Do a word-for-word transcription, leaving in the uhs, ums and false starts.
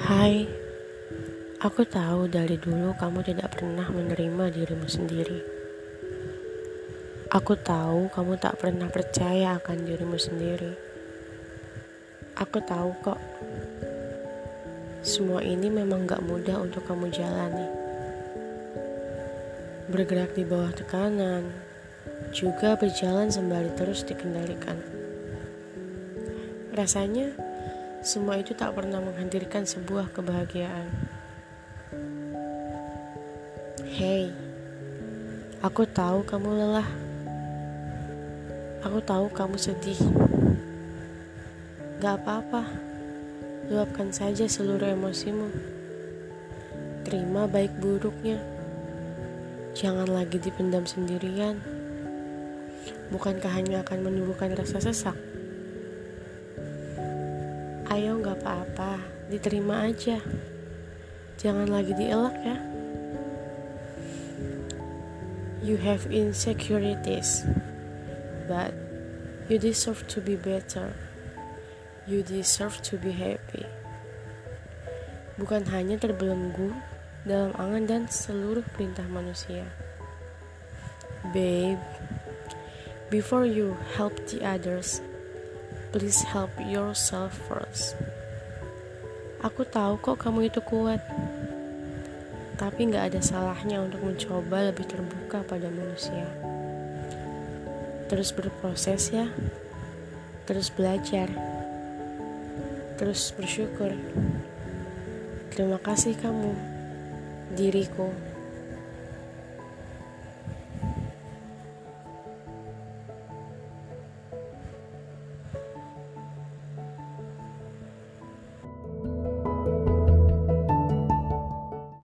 Hai, aku tahu dari dulu kamu tidak pernah menerima dirimu sendiri. Aku tahu kamu tak pernah percaya akan dirimu sendiri. Aku tahu kok, semua ini memang gak mudah untuk kamu jalani. Bergerak di bawah tekanan, juga berjalan sembari terus dikendalikan. Rasanya, semua itu tak pernah menghadirkan sebuah kebahagiaan. Hei, aku tahu kamu lelah. Aku tahu kamu sedih. Gak apa-apa, luapkan saja seluruh emosimu. Terima baik buruknya. Jangan lagi dipendam sendirian. Bukankah hanya akan menimbulkan rasa sesak? Ayo gak apa-apa, diterima aja. Jangan lagi dielak ya. You have insecurities, but you deserve to be better. You deserve to be happy. Bukan hanya terbelenggu dalam angan dan seluruh perintah manusia. Babe, before you help the others, please help yourself first. Aku tahu kok kamu itu kuat, tapi gak ada salahnya untuk mencoba lebih terbuka pada manusia. Terus berproses ya, terus belajar, terus bersyukur. Terima kasih kamu, diriku.